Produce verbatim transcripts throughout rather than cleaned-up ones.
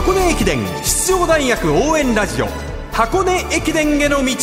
箱根駅伝出場大学応援ラジオ、箱根駅伝への道。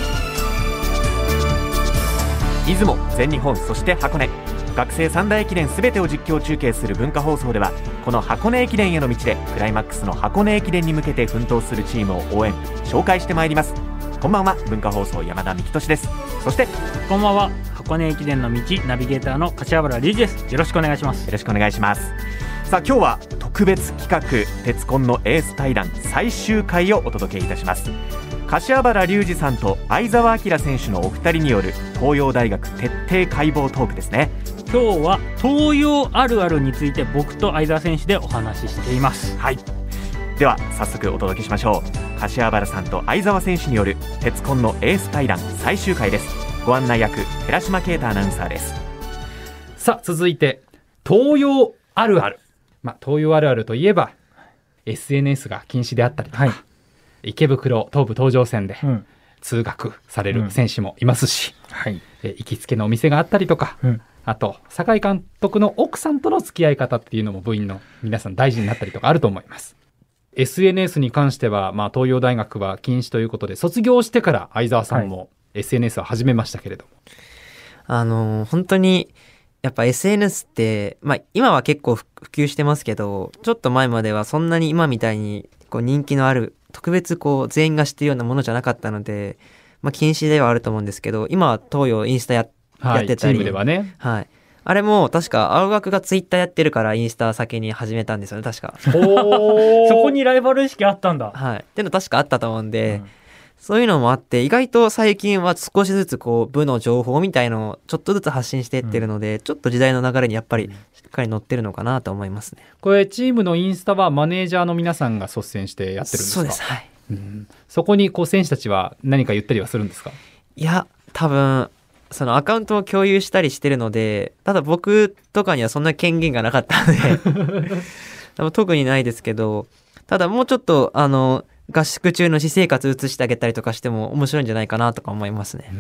出雲、全日本、そして箱根、学生三大駅伝すべてを実況中継する文化放送では、この箱根駅伝への道でクライマックスの箱根駅伝に向けて奮闘するチームを応援紹介してまいります。こんばんは、文化放送山田美希俊です。そしてこんばんは、箱根駅伝の道ナビゲーターの柏原隆二です。よろしくお願いします。 よろしくお願いします。さあ、今日は特別企画鉄コンのエース対談最終回をお届けいたします。柏原隆二さんと相澤晃選手のお二人による東洋大学徹底解剖トークですね。 今日は東洋あるあるについて僕と相澤選手でお話ししています。 はい、では早速お届けしましょう。柏原さんと相澤選手による鉄コンのエース対談最終回です。ご案内役寺島啓太アナウンサーです。 さあ、続いて東洋あるある、まあ、東洋あるあるといえば エスエヌエス が禁止であったりとか、はい、池袋東武東上線で通学される選手もいますし、うんはい、え行きつけのお店があったりとか、うん、あと酒井監督の奥さんとの付き合い方っていうのも部員の皆さん大事になったりとかあると思います。 エスエヌエス に関しては、まあ、東洋大学は禁止ということで、卒業してから相澤さんも エスエヌエス を始めましたけれども、 はい、あのー、本当にやっぱ エスエヌエス って、まあ、今は結構普及してますけど、ちょっと前まではそんなに今みたいにこう人気のある特別こう全員が知ってるようなものじゃなかったので、まあ、禁止ではあると思うんですけど、今は東洋インスタ や,、はい、やってたり、 チームではね、 はい、あれも確か青学がツイッターやってるからインスタ先に始めたんですよね、確か。 そこにライバル意識あったんだ。 はい、っていうの確かあったと思うんで、うん、そういうのもあって意外と最近は少しずつこう部の情報みたいのをちょっとずつ発信していってるので、うん、ちょっと時代の流れにやっぱりしっかり乗ってるのかなと思いますね。 これチームのインスタはマネージャーの皆さんが率先してやってるんですか？ そうです、はい、 うん、そこにこう選手たちは何か言ったりはするんですか？ いや、多分そのアカウントを共有したりしてるので、ただ僕とかにはそんな権限がなかったので多分特にないですけど、ただもうちょっとあの合宿中の私生活映してあげたりとかしても面白いんじゃないかなとか思いますね。うん、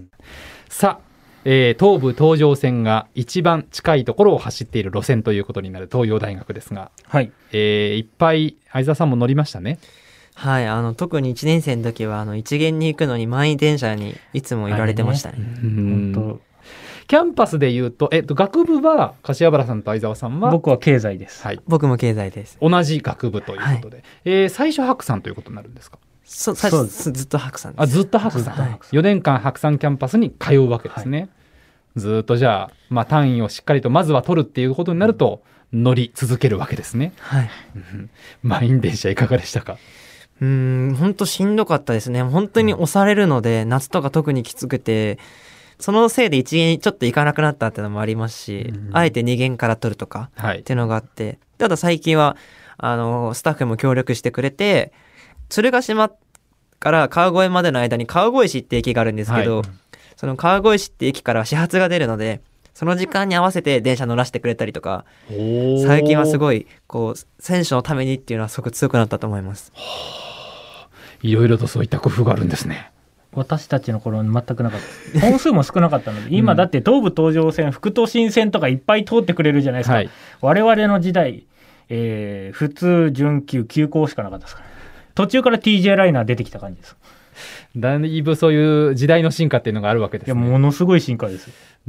さあ、えー、東武東上線が一番近いところを走っている路線ということになる東洋大学ですが、はい、えー、いっぱい相澤さんも乗りましたね。 はい、あの特にいちねん生の時はあの一限に行くのに満員電車にいつもいられてましたね。うん、 本当キャンパスでいうと、えっと、学部は柏原さんと相澤さんは？ 僕は経済です、 はい、僕も経済です。 同じ学部ということで、はい、えー、最初白さんということになるんですか？ そそうずっと白さんです。 あ、ずっと白さん、はい、よねんかん白さんキャンパスに通うわけですね、はい、ずっとじゃあ、まあ、単位をしっかりとまずは取るっていうことになると乗り続けるわけですね。 はい、 満員電車いかがでしたか？ うーん、本当しんどかったですね。本当に押されるので、うん、夏とか特にきつくて、そのせいで一限ちょっと行かなくなったっていうのもありますし、うん、あえて二限から取るとかっていうのがあって、はい、ただ最近はあのスタッフも協力してくれて、鶴ヶ島から川越までの間に川越市って駅があるんですけど、はい、その川越市って駅から始発が出るので、その時間に合わせて電車乗らせてくれたりとか、最近はすごいこう選手のためにっていうのはすごく強くなったと思います。 いろいろとそういった工夫があるんですね。 私たちの頃全くなかった本数も少なかったので今だって東武東上線、副都心線とかいっぱい通ってくれるじゃないですか、はい、我々の時代、えー、普通準急急行しかなかったですから、途中から ティージェー ライナー出てきた感じです。 だいぶそういう時代の進化っていうのがあるわけですね。 いや、ものすごい進化です。 うん、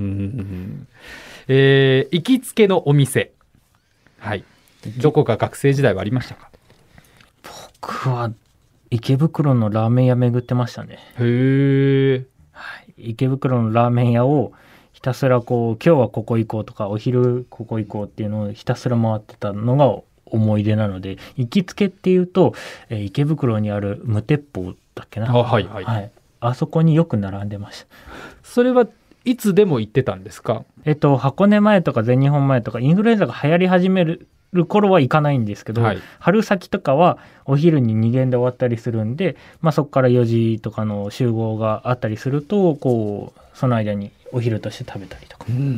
えー、行きつけのお店、はい、どこか学生時代はありましたか？ 僕は池袋のラーメン屋巡ってましたね。 へー、 はい、池袋のラーメン屋をひたすらこう今日はここ行こうとかお昼ここ行こうっていうのをひたすら回ってたのが思い出なので、行きつけっていうと、えー、池袋にある無鉄砲だっけな、 あ、はいはいはい、 あそこによく並んでました。 それはいつでも行ってたんですか？ えっと箱根前とか全日本前とかインフルエンザが流行り始める頃は行かないんですけど、はい、春先とかはお昼にに限で終わったりするんで、まあ、そこからよじとかの集合があったりするとこうその間にお昼として食べたりとか。うんうんうん、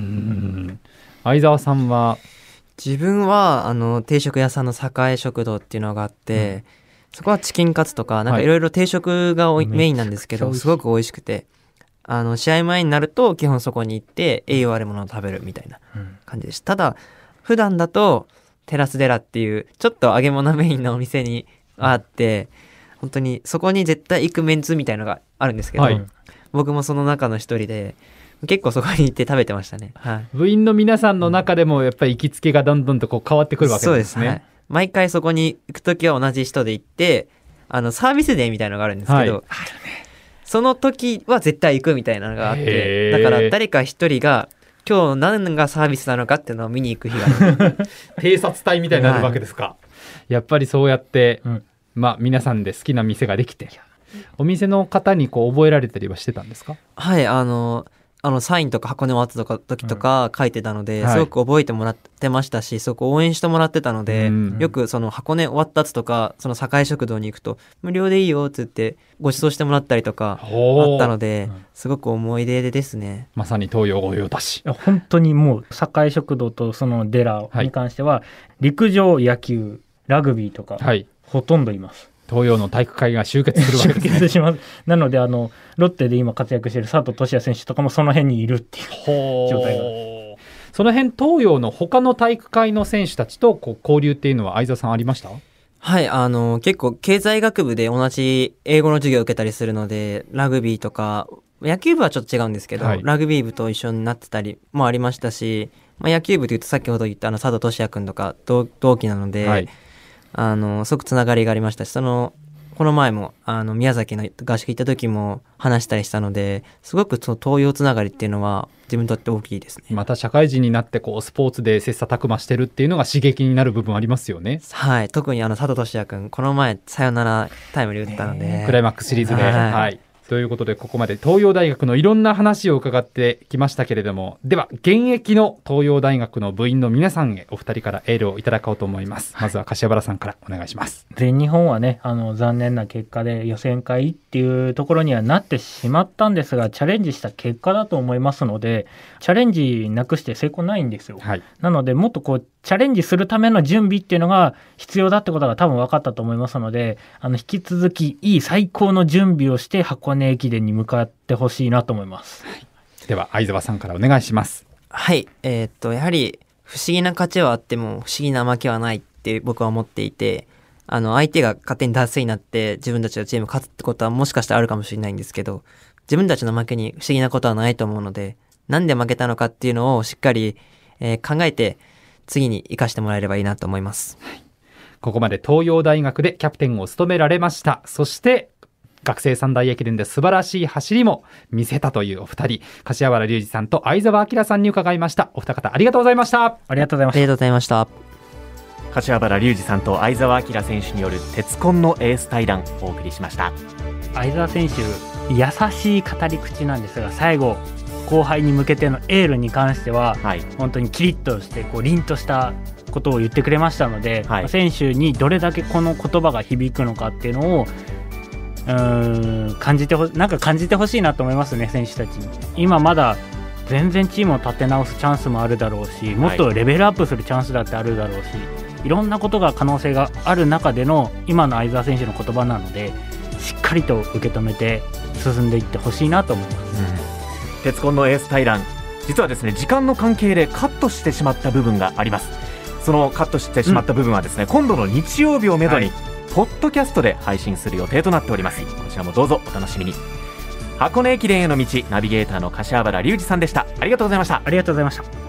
相澤さんは？ 自分はあの定食屋さんの栄食堂っていうのがあって、うん、そこはチキンカツとかなんかいろいろ定食が、はい、メインなんですけどすごく美味しくて、あの試合前になると基本そこに行って栄養あるものを食べるみたいな感じです。ただ普段だとテラスデラっていうちょっと揚げ物メインのお店にあって、本当にそこに絶対行くメンツみたいのがあるんですけど、はい、僕もその中の一人で結構そこに行って食べてましたね、はい、 部員の皆さんの中でもやっぱり行きつけがどんどんとこう変わってくるわけですね。そうですね、はい、 毎回そこに行くときは同じ人で行って、あのサービスデーみたいなのがあるんですけど、はい、その時は絶対行くみたいなのがあって、だから誰か一人が今日何がサービスなのかっていうのを見に行く日がある偵察隊みたいになるわけですか、はい、やっぱりそうやって、うん、まあ皆さんで好きな店ができて、お店の方にこう覚えられたりはしてたんですか？ はい、あのあのサインとか箱根終わったとか時とか書いてたので、うん、すごく覚えてもらってましたし、はい、すごく応援してもらってたので、うん、よくその箱根終わった後とかその堺食堂に行くと無料でいいよって言ってご馳走してもらったりとかあったので、すごく思い出ですね。 まさに東洋御用達。 本当にもう堺食堂とそのデラに関しては、はい、陸上、野球、ラグビーとか、はい、ほとんどいます。 東洋の体育会が集結するわけですね。集結します。なのであのロッテで今活躍している佐藤俊哉選手とかもその辺にいるっていう状態が。 その辺東洋の他の体育会の選手たちとこう交流っていうのは相澤さんありました？ はい、あの結構経済学部で同じ英語の授業を受けたりするので、ラグビーとか野球部はちょっと違うんですけど、はい、ラグビー部と一緒になってたりもありましたし、まあ、野球部というと先ほど言ったあの佐藤俊哉君とか 同, 同期なので、はい、あのすごくつながりがありましたし、そのこの前もあの宮崎の合宿行った時も話したりしたので、すごくその東洋つながりっていうのは自分にとって大きいですね。 また社会人になってこうスポーツで切磋琢磨してるっていうのが刺激になる部分ありますよね。 はい、特にあの佐藤俊哉君この前サヨナラタイムリー打ったので、 クライマックスシリーズで、はいはい、ということでここまで東洋大学のいろんな話を伺ってきましたけれども、では現役の東洋大学の部員の皆さんへお二人からエールをいただこうと思います。まずは柏原さんからお願いします。 全日本はね、あの残念な結果で予選会っていうところにはなってしまったんですが、チャレンジした結果だと思いますので、チャレンジなくして成功ないんですよ、はい、なのでもっとこうチャレンジするための準備っていうのが必要だってことが多分分かったと思いますので、あの引き続きいい最高の準備をして箱根駅伝に向かってほしいなと思います、はい、 では相澤さんからお願いします。 はい、えー、っとやはり不思議な勝ちはあっても不思議な負けはないって僕は思っていて、あの相手が勝手にダースになって自分たちのチーム勝つってことはもしかしたらあるかもしれないんですけど、自分たちの負けに不思議なことはないと思うので、なんで負けたのかっていうのをしっかり、えー、考えて次に生かしてもらえればいいなと思います、はい、 ここまで東洋大学でキャプテンを務められました。そして学生三大駅伝で素晴らしい走りも見せたというお二人、柏原隆二さんと相澤晃さんに伺いました。お二方ありがとうございました。 ありがとうございました。 ありがとうございました。 柏原隆二さんと相澤晃選手による鉄紺のエース対談をお送りしました。 相澤選手優しい語り口なんですが、最後後輩に向けてのエールに関しては、はい、本当にキリッとしてこう凛としたことを言ってくれましたので、はい、選手にどれだけこの言葉が響くのかっていうのをうーん感じてほなんか感じてほしいなと思いますね。選手たちに今まだ全然チームを立て直すチャンスもあるだろうし、もっとレベルアップするチャンスだってあるだろうし、はい、いろんなことが可能性がある中での今の相澤選手の言葉なので、しっかりと受け止めて進んでいってほしいなと思います、 うん、鉄紺のエース対談、実はですね時間の関係でカットしてしまった部分があります。そのカットしてしまった部分はですね、うん、今度の日曜日をめどに、はい、ポッドキャストで配信する予定となっております。こちらもどうぞお楽しみに。箱根駅伝への道ナビゲーターの柏原隆二さんでした。ありがとうございました。 ありがとうございました。